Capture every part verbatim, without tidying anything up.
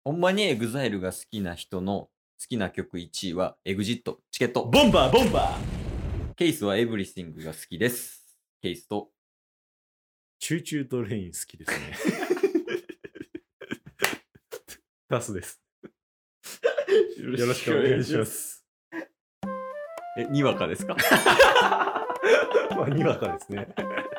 ほんまに エグザイル が好きな人の好きな曲いちいは エグジット チケット。 ボンバーボンバー。 ケイスはエブリシングが好きです。ケイスとチューチュートレイン好きですね。タスです。よろしくお願いします。 え、にわかですか？ まあ、にわかですね。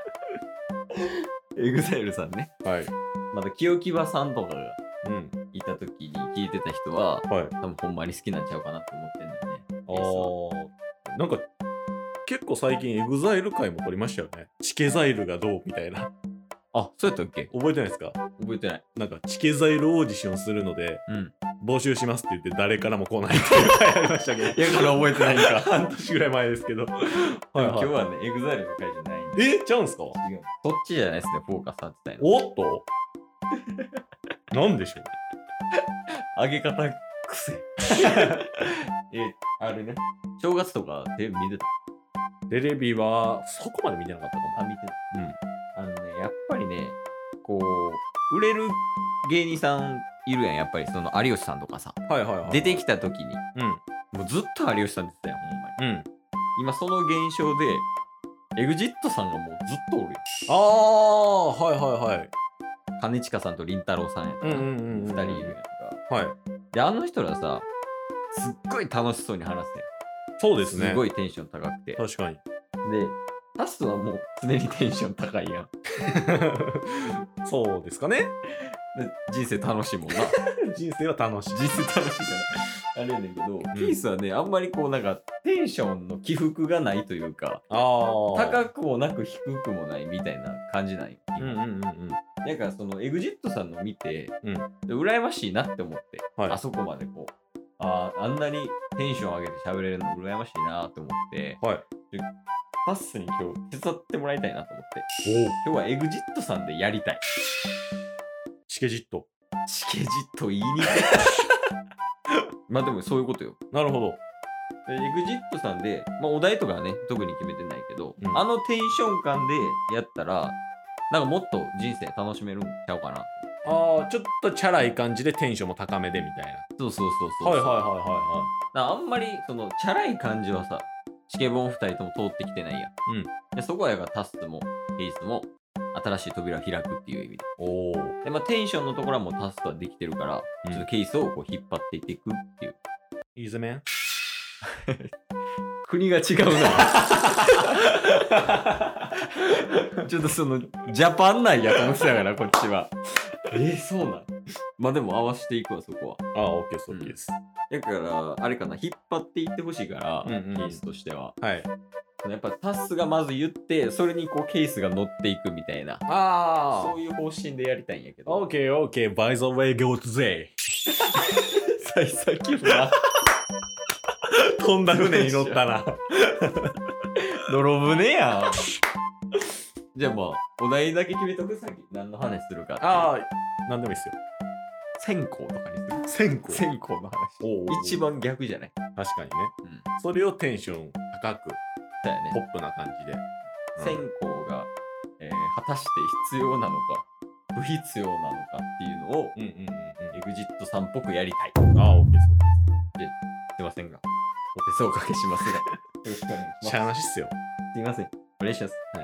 エグザイル さんね。 はい。 まだ清木場さんとかがうん。 いた時に聞いてた人は、 はい。 多分ほんまに好きなんちゃうかなって思ってんだよね。 ああ。なんか、結構最近エグザイル回も撮りましたよね。チケザイルがどうみたいな。 あ、そうやったっけ？ 覚えてないですか？ 覚えてない。 なんか、チケザイルオーディションするので、 うん。 募集しますって言って誰からも来ないっていう回ありましたけど。 いや、これ覚えてないんか。 半年ぐらい前ですけど。はいはい。 今日はね、エグザイル の回じゃないんで。 え、ちゃうんすか？ 違う。そっちじゃないですね、フォーカス当てたいの。 おっとなんでしょう？ 上げ方くせ。え、あれね。正月とかで見てた？ テレビはそこまで見てなかったかも。 あ、見てた。 うん。 あのね、やっぱりね、こう、売れる芸人さんいるやん、やっぱりその有吉さんとかさ。 はいはいはい。 出てきた時に、 うん。 もうずっと有吉さん出てたよ、ほんまに。 うん。 今その現象で、エグジットさんがもうずっとおるよ。 ああ、はいはいはい。 兼近さんとりんたろーさんやったら、 うんうんうんうん。 ふたりいるやんか。 はい。 で、あの人らさ、すっごい楽しそうに話すね。 そうですね。 すごいテンション高くて。 確かに。 で、タスはもう常にテンション高いやん。 そうですかね。 で人生楽しいもんな。 人生は楽しい。 人生楽しいから。あれやねんけど、 んピースはね、あんまりこうなんかテンションの起伏がないというか、 ああ。 高くもなく低くもないみたいな感じなんよ。 うんうんうんうん。 だからその エグジット さんの見て、 うん、 で羨ましいなって思って、 はい、 あそこまでこう、ああ、あんなにテンション上げて喋れるの羨ましいなって思って、 はい、 でタッスに今日手伝ってもらいたいなと思って、 お今日は エグジット さんでやりたい。 チケジット。 チケジット言いにくい。まあでもそういうことよ。 なるほど。 エグジット さんで、まあお題とかはね、特に決めてないけど、 うん、 あのテンション感でやったら、なんかもっと人生楽しめるんちゃうかな。 ああ、ちょっとチャラい感じでテンションも高めでみたいな。 そうそうそうそう。 はいはいはいはいはい。 あんまりそのチャラい感じはさ、チケボンふたりとも通ってきてないやん。 うん。 でそこはやからタスもケイスも新しい扉を開くっていう意味で。 おお。 で、まあテンションのところはもうタスとはできてるから、 うん、 ちょっとケイスをこう引っ張っていっていくっていう。 いいぜめん。 国が違うな。ちょっとそのジャパン内やと思ってたからこっちは。えー、そうなん。まあでも合わせていくわそこは。 ああ、オッケーです、オッケーです。 だからあれかな、引っ張っていってほしいから、 うんうん、 ケースとしては。 はい。 やっぱタスがまず言ってそれにこうケースが乗っていくみたいな。 ああ。 そういう方針でやりたいんやけど。 オッケーオッケー。By the way, go to the 幸先は飛んだ船に乗ったな。 泥船やん。じゃあまあお題だけ決めとく。先何の話するかって。 ああ、なんでもいいっすよ。 線香とかにする。 線香。 線香の話。一番逆じゃない？ 確かにね。 うん。 それをテンション高く、 だよね、 ポップな感じで。 線香が、えー、果たして必要なのか不必要なのかっていうのを、 うんうんうんうん、 エグジットさんっぽくやりたい。 ああ、オッケーです。 すいませんが、お手数をおかけしますが、よろしくお願いします。 しゃあなしっすよ。 すいません。お願いします。はい。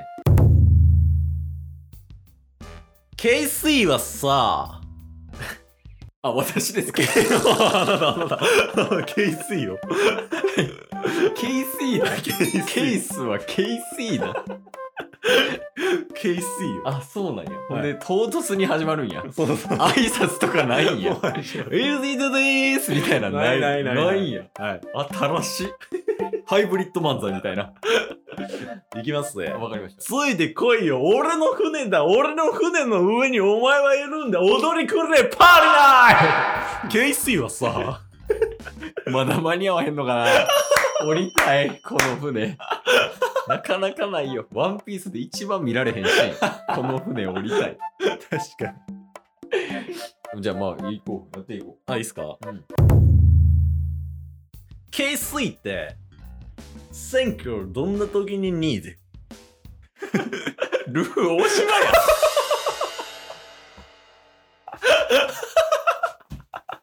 ケースイー はさ、 あ、私ですか？ あなたあなたケースイー よ。 ケースイー だ。ケースはケースイーだ。 ケースイーよ。 あ、そうなんや。ほ、 はい、 んで、唐突に始まるんや。 そうそうそう。 挨拶とかないんや。エーズイードでーすみたいなのない。 ないないない。 ないんや。 はい。 新しい。ハイブリッド漫才みたいな。 いきますね。 わかりました。 ついてこいよ。俺の船だ。俺の船の上にお前はいるんだ。踊りくれ。パーリナイケースイーはさ、 まだ間に合わへんのかな。降りたい、この船。なかなかないよ。ワンピースで一番見られへんし、この船降りたい。 確かに。じゃあまあ、行こう。やっていこう。あ、いいっすか？ うん。 ケースイーって、選挙どんな時にニーズルフ大島や。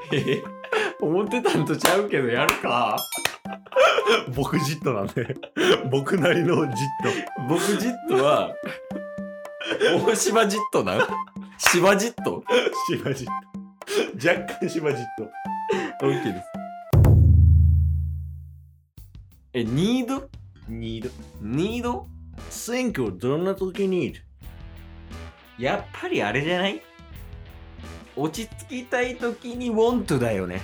え思ってたんとちゃうけどやるか。 僕ジットなんで僕なりのジッ僕ジットは大芝ジットなん芝ジットト芝ジット若干芝ジット OK です。え、ニードニードニード Think をどんな時にやっぱりあれじゃない？落ち着きたい時に want だよね。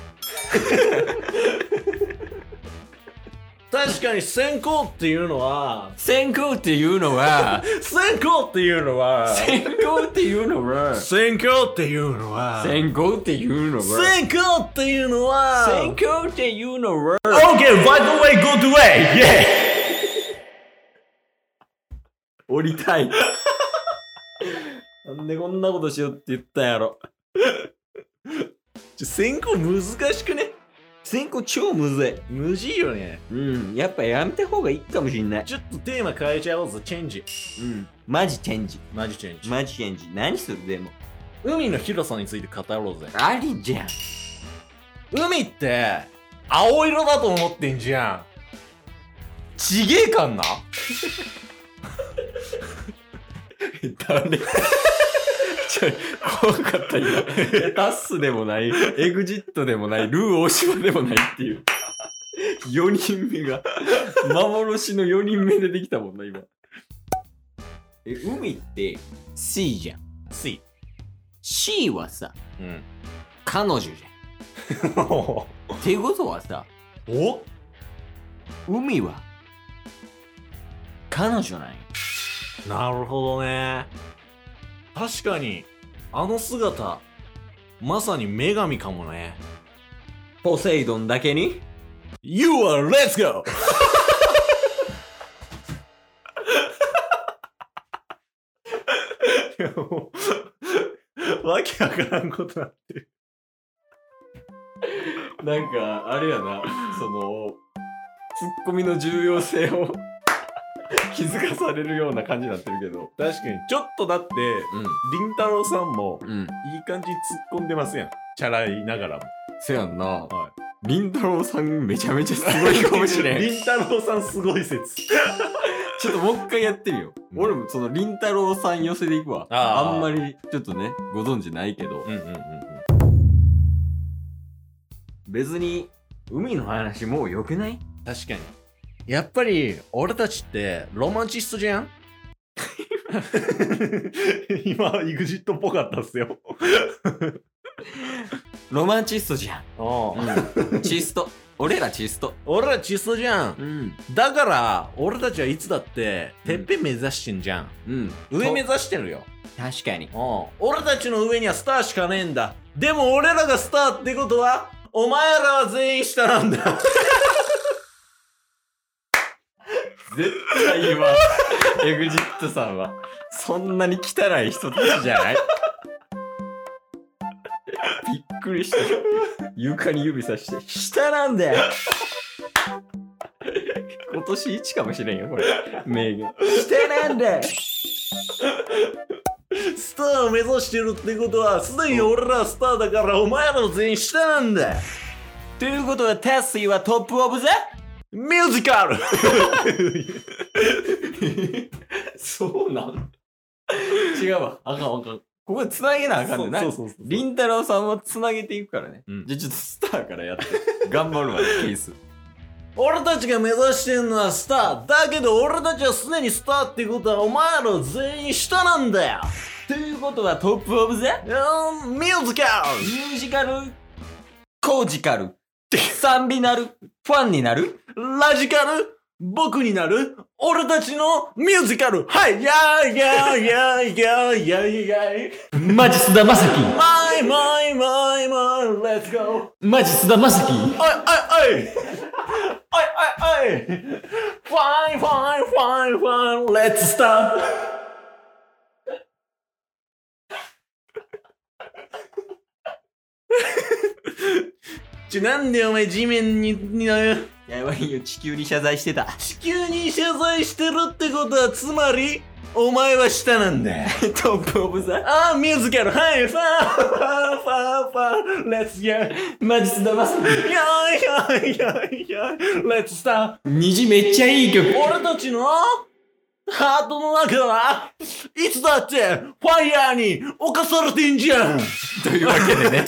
確かに先行っていうのは先行っていうのは先行っていうのは先行っていうのは先行っていうのは先行っていうのは先行っていうのは先行っていうのは OK, by the way, go the way! Yeah! 降りたい。なんでこんなことしようって言ったんやろ。 ちょ先行難しくね？ 先行超むずい。 むずいよね。 うん、やっぱやめた方がいいかもしんない。 ちょっとテーマ変えちゃおうぞ、チェンジ。 うん、マジチェンジ。 マジチェンジ。 マジチェンジ。何するでも。 海の広さについて語ろうぜ。 ありじゃん。 海って青色だと思ってんじゃん。ちげえかんな。 誰ちょ怖かった今。タッスでもないエグジットでもないルー大島でもないっていうよにんめが幻のよにんめでできたもんな今。え、海ってシーじゃん。 C。 シー はさ、 うん。 彼女じゃん。ってことはさ、 お海は彼女なんよ。 なるほどね。確かにあの姿まさに女神かもね。 ポセイドンだけに You are let's go! わけわからんことなってる。 なんかあれやな、そのツッコミの重要性を気づかされるような感じになってるけど。 確かにちょっとだってうんりんたろーさんもうんいい感じに突っ込んでますやん。チャラいながらも。 せやんな。 はりんたろーさんめちゃめちゃすごいかもしれん。 りんたろーさんすごい説。 ちょっともう一回やってみよう。 うん俺もそのりんたろーさん寄せでいくわ。 あーあんまりちょっとねご存知ないけど、 うんうんうんうん。 別に海の話もうよくない？ 確かに。やっぱり俺たちってロマンチストじゃん。今 イグジット っぽかったっすよ。 ロマンチストじゃん。 おうん、チスト。俺らチスト。 俺らチストじゃん。 うん。 だから俺たちはいつだっててっぺん目指してんじゃん。 うん。 上目指してるよ。 確かに。 お俺たちの上にはスターしかねえんだ。でも俺らがスターってことはお前らは全員下なんだ。 絶対言わん。エグジットさんはそんなに汚い人たちじゃない。びっくりした。床に指さして下なんだよ。今年一かもしれんよこれ名言。下なんだよ。 スターを目指してるってことはすでに俺らはスターだからお前らの全員下なんだ。 ということはタッシーはトップオブザミュージカル。 そうなん違うわ。あかんあかん。ここで繋げなあかんねんな。 そうそうそうそう。 りんたろーさんは繋げていくからね。 うんじゃあちょっとスターからやって。頑張るわ、ケース。 俺たちが目指してんのはスターだけど俺たちはすでにスターってことはお前ら全員下なんだよ。 ということはトップオブザうんミュージカル。 ミュージカルコージカル賛美なるファンになるラジカル僕になる俺たちのミュージカル。はいやーやーやーやーやーやーマジ須田まさきマイマイマイマイレッツゴー。 マジ須田まさきおいおいおいおいおいファインファインファインファインレッツスタート。ちょなんでお前地面ににやばいよ、地球に謝罪してた。 地球に謝罪してるってことはつまりお前は下なんだ。 トップオブザああ、ミュージカル、はい、ファー、ファー、ファー、ファー、レッツゲー。 マジスダバス。 いやいやいやいや、レッツスター。 虹めっちゃいい曲。 俺たちのハートの中はいつだってファイヤーに侵されてんじゃん。 というわけでね。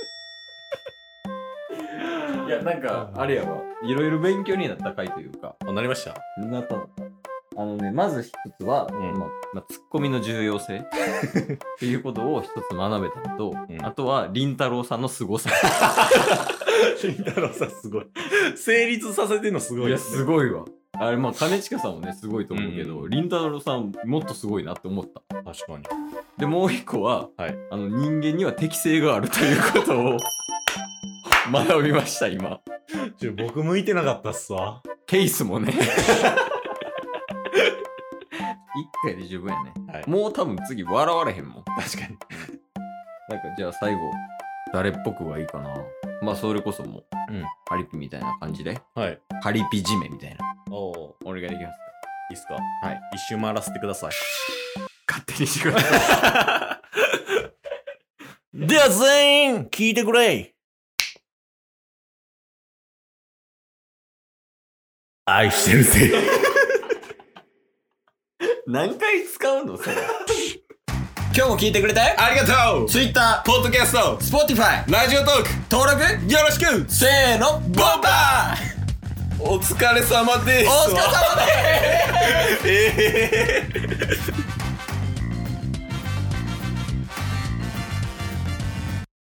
いや、なんか、あれやわ。いろいろ勉強になった回というか。 あ、なりました。 なったなった。あのね、まず一つは、 うんまあ、まあ、ツッコミの重要性っていうことを一つ学べたのと、 うんあとは、りんたろーさんの凄さ。 慎太郎さんすごい。成立させてんのすごいいや、 ですね。 すごいわ。あれ、まあ、兼近さんもね、すごいと思うけど、 うんりんたろーさん、もっとすごいなって思った。 確かに。 で、もう一個は、 はい。 あの、人間には適性があるということを学びました、今。 ちょ、僕向いてなかったっすわ。 ケースもね。一回で十分やね。 はい。 もう多分次笑われへんもん。 確かに。 なんかじゃあ最後、誰っぽくがいいかな。まあそれこそもう、 うんパリピみたいな感じで、 はい。 パリピ締めみたいな。 おー、 俺ができますか。 いいっすか。 はい。 一周回らせてください。 勝手にしてください。 では全員、聞いてくれ。愛先生。 何回使うのそれ。 今日も聞いてくれてありがとう。 Twitter、 ポッドキャスト、 Spotify、 ラジオトーク、 登録よろしく。 せーの、ボンバーお疲れ様です。 お疲れ様ですええー